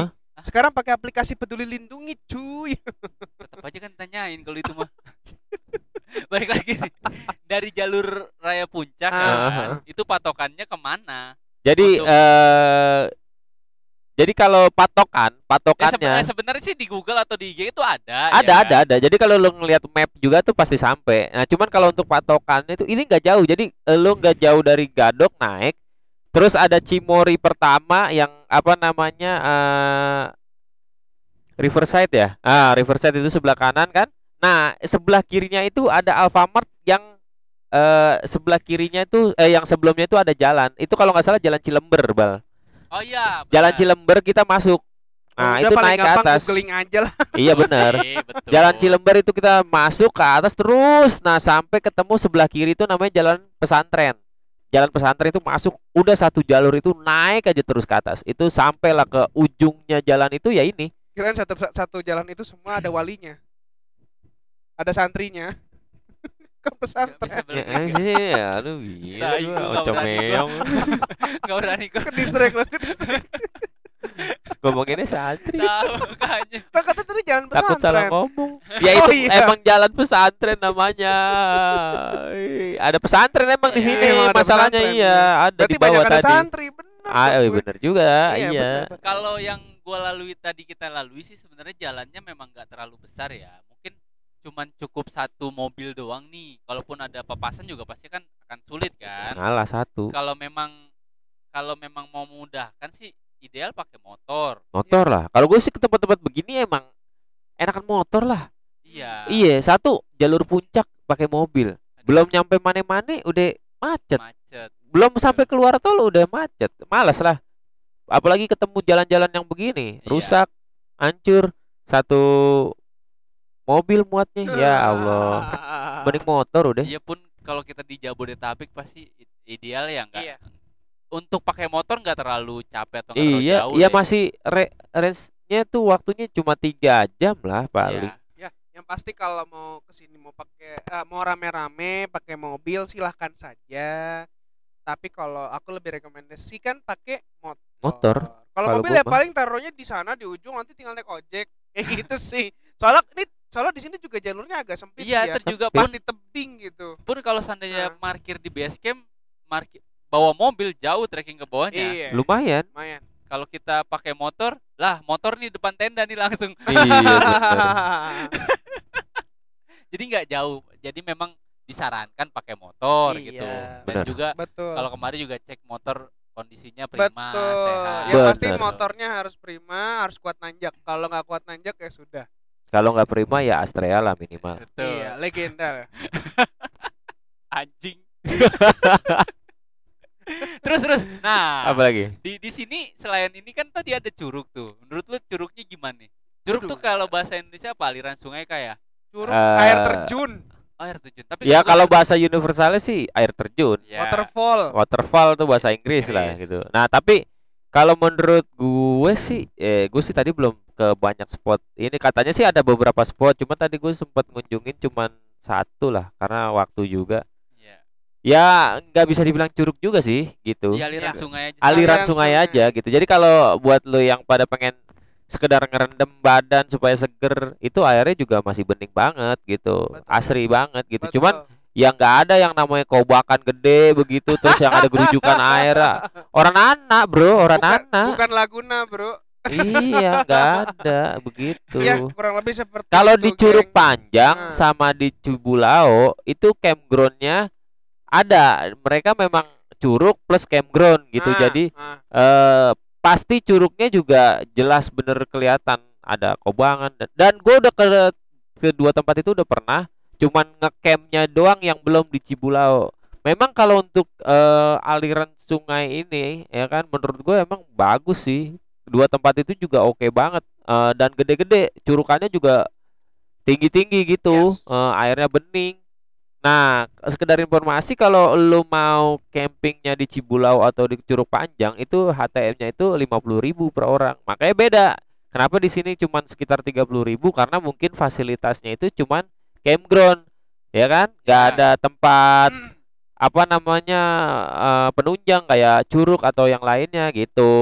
Sekarang pakai aplikasi Peduli Lindungi, cuy. Tetap aja kan tanyain kalau itu mah. Balik lagi nih. Dari jalur raya puncak Ah. kan, itu patokannya kemana? Jadi Untuk- eh jadi kalau patokan, Ya, patokannya sebenarnya sebenarnya sih di Google atau di I G itu ada. ada ya ada kan? ada. Jadi kalau lu ngelihat map juga tuh pasti sampai. Nah, cuman kalau untuk patokannya itu ini nggak jauh. Jadi eh, lu nggak jauh dari Gadok naik. Terus ada Cimory pertama yang apa namanya eh Riverside ya. Ah, Riverside itu sebelah kanan kan. Nah, sebelah kirinya itu ada Alfamart yang eh sebelah kirinya itu eh yang sebelumnya itu ada jalan. Itu kalau nggak salah jalan Cilember, Bal. Oh iya, Jalan benar. Cilember kita masuk. Nah, Udah itu paling naik ke gampang atas. googling aja lah. Iya Betul benar. sih, betul. Jalan Cilember itu kita masuk ke atas terus. Nah, sampai ketemu sebelah kiri itu namanya Jalan Pesantren. Jalan Pesantren itu masuk udah satu jalur itu naik aja terus ke atas. Itu sampailah ke ujungnya jalan itu ya ini. Kirain satu satu jalan itu semua ada walinya. Ada santrinya. Ke Nggak pesantren. bisa Ya, beli. eh, sih, ya, aduh gila Nah, itu gua, nggak ocong berani gua. meong. Nggak berani kok. Ke distrik lo, ke distrik. Ngomonginnya santri. Tahu makanya. Kan kata tadi jalan Takut salah pesantren. ngomong. Ya Oh, itu iya. emang jalan pesantren namanya. Ih, ada pesantren emang di Iya, sini. emang ada Masalahnya pesantren, iya, ada Berarti di bawah banyak ada tadi. santri, bener. Ah, dong iya gue. bener juga, Iya, iya. bener, bener. Kalau yang gua lalui tadi kita lalui sih sebenarnya jalannya memang nggak terlalu besar ya. Mungkin cuman cukup satu mobil doang nih. Kalaupun ada papasan juga pasti kan akan sulit kan. Ngalah satu. Kalau memang kalau memang mau memudahkan sih ideal pakai motor. Motor lah. Kalau gue sih ke tempat-tempat begini emang enakan motor lah. Iya. Iya, satu jalur puncak pakai mobil. Belum nyampe mane-mane udah macet. Macet. Belum sampai keluar tol udah macet. Malas lah. Apalagi ketemu jalan-jalan yang begini, Iya. rusak, hancur, satu mobil muatnya. Ya Allah. Mending motor udah. Iya pun kalau kita di Jabodetabek pasti i- ideal ya enggak. Iya. Untuk pakai motor nggak terlalu capek atau nggak terlalu Iya, jauh iya deh. masih re range-nya tuh waktunya cuma tiga jam lah paling. Iya. Ya, yang pasti kalau mau kesini mau pakai eh, mau rame-rame pakai mobil silahkan saja. Tapi kalau aku lebih rekomendasikan pakai motor. Motor. Kalau Kalau mobil gua ya mah. paling taruhnya di sana di ujung nanti tinggal naik ojek. Kayak gitu sih. Soalnya ini soalnya di sini juga jalurnya agak sempit Iya, sih ya. terus juga Sempit. pun, Pasti tebing gitu. pun kalau seandainya Nah. parkir di base camp, parkir bawa mobil jauh trekking ke bawahnya. Iya. Lumayan. Lumayan. Kalau kita pakai motor, lah motor nih depan tenda nih langsung. Iya bener. Jadi nggak jauh. Jadi memang disarankan pakai motor Iya. gitu. Dan Benar. juga Betul. kalau kemarin juga cek motor kondisinya prima, Betul. sehat. Yang pasti Benar. motornya harus prima, harus kuat nanjak. Kalau nggak kuat nanjak ya sudah. Kalau nggak prima ya Astrea lah minimal. Betul. Iya, legenda. Anjing. terus terus. Nah, Apalagi? di di sini selain ini kan tadi ada curug tuh. Menurut lu curugnya gimana nih? Curug tuh Aduh. kalau bahasa Indonesia apa? Aliran sungai kayak Curug Eh, air terjun, oh, air terjun. Tapi Ya gua- kalau bahasa universalnya sih air terjun, ya, waterfall. waterfall tuh bahasa Inggris lah Inggris. gitu. Nah tapi kalau menurut gue sih, eh gue sih tadi belum ke banyak spot. Ini katanya sih ada beberapa spot, cuma tadi gue sempat ngunjungin cuman satu lah karena waktu juga. ya. Ya nggak bisa dibilang curug juga sih gitu. Ya, aliran Iya. sungai aja. Aliran Aliran sungai sungai. aja gitu. Jadi kalau buat lo yang pada pengen sekedar ngerendam badan supaya seger, itu airnya juga masih bening banget gitu, Betul. asri banget gitu. Betul. Cuman yang nggak ada yang namanya kobakan gede begitu terus yang ada gerujukan air. ah. Orang anak bro, orang bukan, anak. bukan Laguna, Bro. Iya nggak ada begitu. Iya, kurang lebih seperti Kalau itu, di Curug geng. Panjang Nah. sama di Cibulao itu campgroundnya ada. Mereka memang curug plus campground gitu. Nah, Jadi nah. eh pasti curugnya juga jelas bener kelihatan ada kobangan dan, dan gue udah ke kedua tempat itu udah pernah, cuman ngecampnya doang yang belum di Cibulao. Memang kalau untuk eh, aliran sungai ini ya kan menurut gue emang bagus sih, dua tempat itu juga oke banget. Eh, dan gede-gede, curukannya juga tinggi-tinggi gitu. Yes. Eh, airnya bening. Nah, sekedar informasi kalau lu mau campingnya di Cibulau atau di Curug Panjang itu H T M-nya itu lima puluh ribu per orang. Makanya beda. Kenapa di sini cuman sekitar tiga puluh ribu? Karena mungkin fasilitasnya itu cuman campground. Ya kan? Gak Ya. ada tempat Hmm. apa namanya eh, penunjang kayak curug atau yang lainnya gitu.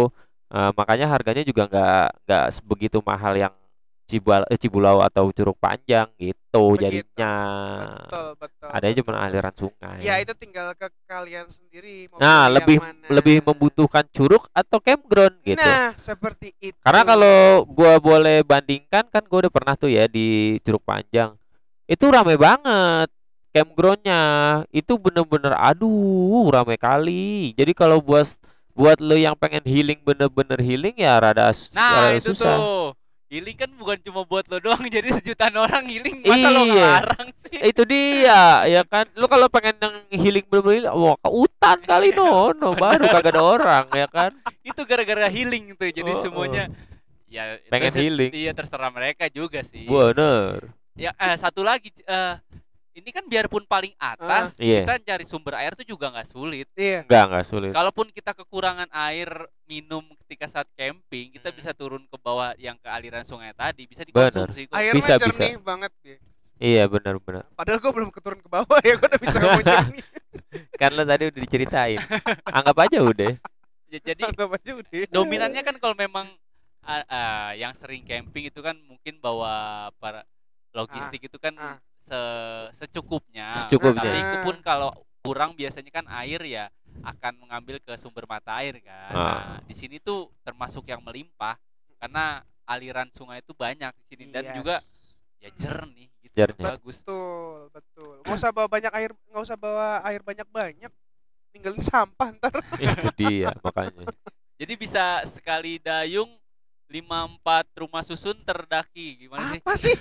Eh, makanya harganya juga nggak nggak sebegitu mahal yang Cibal, eh, Cibulau atau Curug Panjang gitu Begitu. jadinya. Betul, betul. Adanya cuma betul. aliran sungai. Ya itu tinggal ke kalian sendiri mau Nah, pilih lebih yang mana. lebih membutuhkan curug atau campground gitu. Nah, seperti itu. Karena kalau gua boleh bandingkan kan gua udah pernah tuh ya di Curug Panjang. Itu rame banget campgroundnya. Itu bener-bener aduh rame kali. Jadi kalau buat buat lo yang pengen healing bener-bener healing ya rada, sus- Nah, rada itu susah. tuh. Healing kan bukan cuma buat lo doang, jadi sejutaan orang healing, masa lo Iya. ngelarang sih? Itu dia ya kan. Lo kalau pengen yang healing bener-bener healing, wah ke hutan kali no, no baru kagak ada orang ya kan. Itu gara-gara healing tuh, jadi Oh, oh. semuanya ya Pengen terus- healing. Iya, terserah mereka juga sih. Bener. Ya, eh, satu lagi, eh, ini kan biarpun paling atas, Ah, iya. kita cari sumber air tuh juga nggak sulit. Iya. Enggak, enggak sulit. Kalaupun kita kekurangan air minum ketika saat camping, kita Hmm. bisa turun ke bawah yang ke aliran sungai tadi, bisa Bener. dikonsumsi kok. Airnya Bisa, jernih banget ya. Iya benar-benar. Padahal gue belum keturun ke bawah ya, gue udah bisa ngomong jernih. Kan lo tadi udah diceritain. Anggap aja udah. Ya, jadi Anggap aja udah. dominannya kan kalau memang ah, ah, yang sering camping itu kan mungkin bawa para logistik itu kan ah. se- secukupnya. Secukupnya. Tapi itu pun kalau kurang biasanya kan air ya akan mengambil ke sumber mata air kan. Ah. Nah, di sini tuh termasuk yang melimpah karena aliran sungai itu banyak di sini dan Yes. juga ya jernih gitu. Jernih. Bagus. Betul, betul. Nggak usah bawa banyak air, nggak usah bawa air banyak-banyak. Tinggalin sampah ntar. Itu dia makanya. Jadi bisa sekali dayung lima empat rumah susun terdaki. Gimana sih? Apa sih?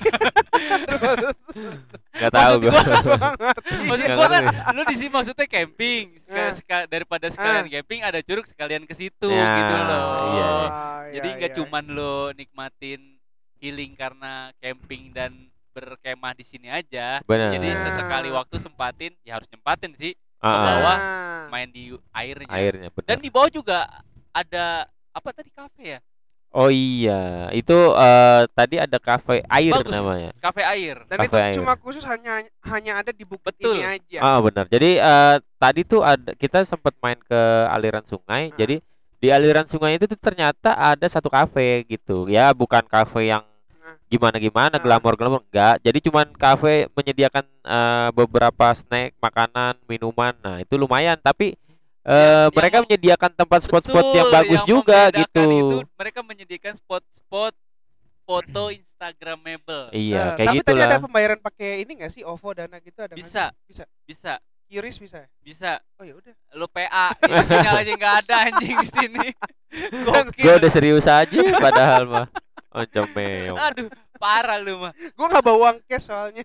Enggak tahu Maksud gua. gua- Ngerti. Maksud Nggak gua kan ngerti. lu di sini maksudnya camping. Seka- Ah. seka- daripada sekalian camping ada curug sekalian ke situ Ya, gitu loh. iya, iya. Ah, Jadi iya, nggak iya. cuman lo nikmatin healing karena camping dan berkemah di sini aja. Benar. Jadi Nah. sesekali waktu sempatin, ya harus nyempatin sih Ah, ah. bawah. Nah, main di airnya. Airnya benar. Dan di bawah juga ada apa tadi kafe ya? Oh iya, itu eh, tadi ada kafe air Bagus. namanya. Kafe air. dan itu Kafe air. cuma khusus hanya hanya ada di bukit Betul. ini aja. Ah benar. Jadi eh, tadi tuh ada kita sempat main ke aliran sungai. Ah. Jadi di aliran sungai itu tuh ternyata ada satu kafe gitu. Ya bukan kafe yang Nah. gimana-gimana Ah. glamor-glamor enggak. Jadi cuman kafe menyediakan eh, beberapa snack, makanan, minuman. Nah, itu lumayan tapi eh, Yang- mereka yang- menyediakan tempat spot-spot Betul, yang bagus yang juga membedakan gitu. Itu mereka menyediakan spot-spot foto Instagramable. Iya, Eh, kayak tapi gitu tadi ada lah. pembayaran pakai ini nggak sih, OVO, Dana gitu ada nggak Bisa, sih? Bisa. bisa, Kiris bisa. bisa. Oh ya udah. Lo P A, ini sinyal aja nggak ada anjing di sini. Gokil. Gue udah serius aja padahal mah. Oncom meong. Aduh, parah lu mah. Gue nggak bawa uang cash soalnya.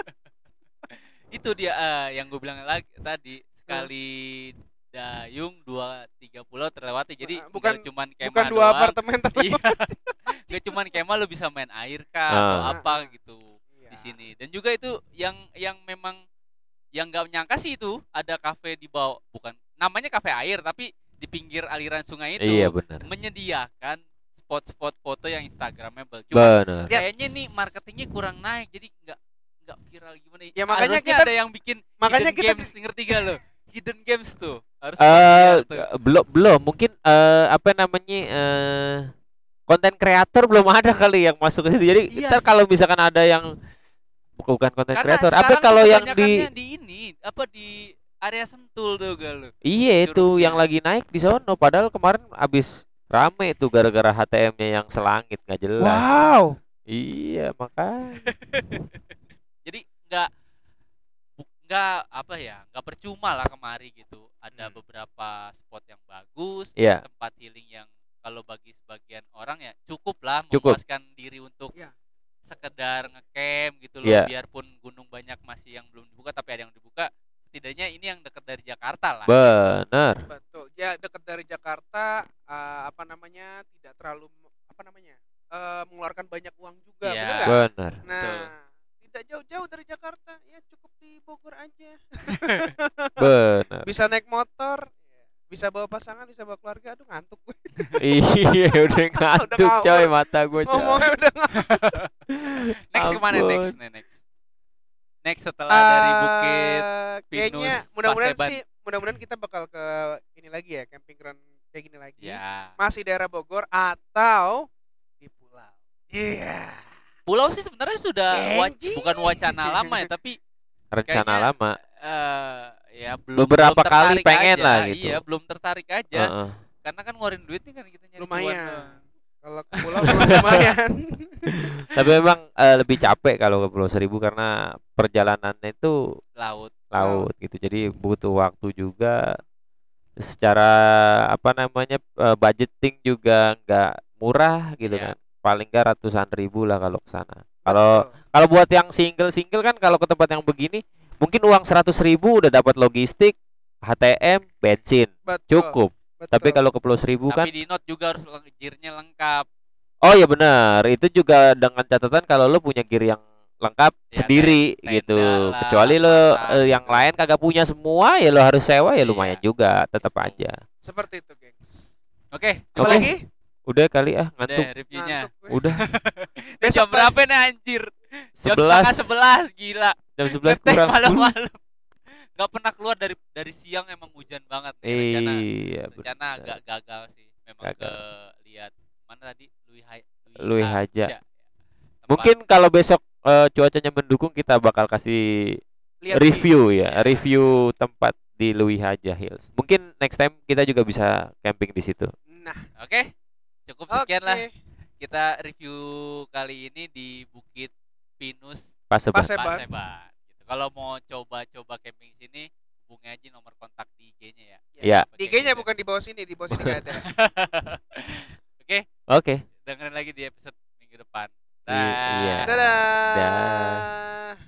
Itu dia eh, yang gue bilang lagi tadi, sekali dayung dua tiga pulau terlewati. Jadi Ah, bukan- nggak cuman kemah Bukan dua doang. apartemen terlewat. Iya. Gak cuman kemah lo bisa main air kah Ah. atau apa gitu Iya. di sini. Dan juga itu yang yang memang yang nggak menyangka sih itu ada kafe di bawah, bukan namanya kafe air tapi di pinggir aliran sungai itu Iya benar. menyediakan spot-spot foto yang instagramable. Cuma Benar. Ya. kayaknya nih marketingnya kurang naik, jadi nggak nggak viral gimana. Ya, makanya Harusnya kita- ada yang bikin makanya hidden kita- games, ngerti gak lo? Hidden games tuh harus Eh biar tuh. belum belum mungkin eh apa namanya eh konten kreator belum ada kali yang masuk ke sini. Jadi Iya ntar sih. kalau misalkan ada yang bukan konten Karena kreator, apa sekarang kalau tuh yang di kebanyakannya di ini apa di area Sentul tuh gak lo? iya itu curugnya. yang lagi naik di sono padahal kemarin abis rame itu gara-gara H T M-nya yang selangit nggak jelas. Wow. Iya, makanya. Jadi nggak bu- nggak apa ya, nggak percuma lah kemari gitu. Ada Hmm. beberapa spot yang bagus, Iya. tempat healing yang kalau bagi sebagian orang ya cukup lah Cukup. memuaskan diri untuk Iya. sekedar ngecamp gitu loh. Iya. Biarpun gunung banyak masih yang belum dibuka tapi ada yang dibuka. Setidaknya ini yang dekat dari Jakarta lah. Bener. Betul. Ya dekat dari Jakarta, eh, apa namanya, tidak terlalu apa namanya, eh, mengeluarkan banyak uang juga, Iya. bener nggak? Bener. Nah, Betul. tidak jauh-jauh dari Jakarta, ya cukup di Bogor aja. Bener. Bisa naik motor, bisa bawa pasangan, bisa bawa keluarga. Aduh ngantuk gue. Iya, udah ngantuk ngawur. coy mata gue coy. Ngomongnya udah ngantuk. Next kemana Ampun. next nih next? Next setelah dari Bukit Eh, kayaknya Pinus, mudah-mudahan Paseban. sih, mudah-mudahan kita bakal ke ini lagi ya, camping ground kayak gini lagi. Ya. Masih daerah Bogor atau di pulau. Iya. Pulau sih sebenarnya sudah wac- Anjing. bukan wacana lama ya, tapi Rencana kayaknya, lama. eh ya belum Beberapa belum kali tertarik pengen aja. lah gitu. Iya, belum tertarik aja. Heeh. Karena kan ngeluarin duit nih kan kita nyari cuan Lumayan. doang. Kalau ke pulau memang lumayan. Tapi memang eh, lebih capek kalau ke Pulau Seribu karena perjalanannya itu Laut. laut gitu. Jadi butuh waktu juga. Secara apa namanya eh, budgeting juga nggak murah gitu Iya. kan. Paling nggak ratusan ribu lah kalau ke sana. Kalau Betul. kalau buat yang single-single kan kalau ke tempat yang begini mungkin uang seratus ribu udah dapat logistik, H T M, bensin, Betul. cukup. Betul. Tapi kalau ke Pulau Seribu kan, Tapi di note juga harus leng- gearnya lengkap. oh ya benar, itu juga dengan catatan kalau lo punya gear yang lengkap Ya, sendiri tenda gitu. lah, Kecuali lo pasang eh, yang gitu. lain kagak punya semua ya lo harus sewa ya Iya. lumayan juga, tetap aja. Seperti itu, gengs. Oke, Apa Oke. lagi? Udah kali ah udah ngantuk. reviewnya. Ngantuk gue. Udah Ini Besok jam berapa nih anjir? Jam sebelas setengah sebelas, gila. jam sebelas Ngetek kurang sepuluh. malam-malam. Gak pernah keluar dari dari siang, emang hujan banget nih. Rencana, Iya, rencana benar. agak gagal sih. Memang Gagal. ke lihat mana tadi Lui Hai Lui Haja. ya. Tempat- Mungkin kalau besok eh, cuacanya mendukung kita bakal kasih Lihat review di- ya, review tempat di Lui Haja Hills. Mungkin next time kita juga bisa camping di situ. Nah, Oke. Cukup oke. sekian lah kita review kali ini di Bukit Pinus Paseban. Paseban. Paseban. Gitu. Kalau mau coba-coba camping sini, hubungi aja nomor kontak di I G-nya ya. Iya. Di I G-nya bukan di bawah sini, di bawah sini nggak ada. Oke, Oke. dengerin lagi di episode minggu depan. I- iya. Dah. Dadah. Dah.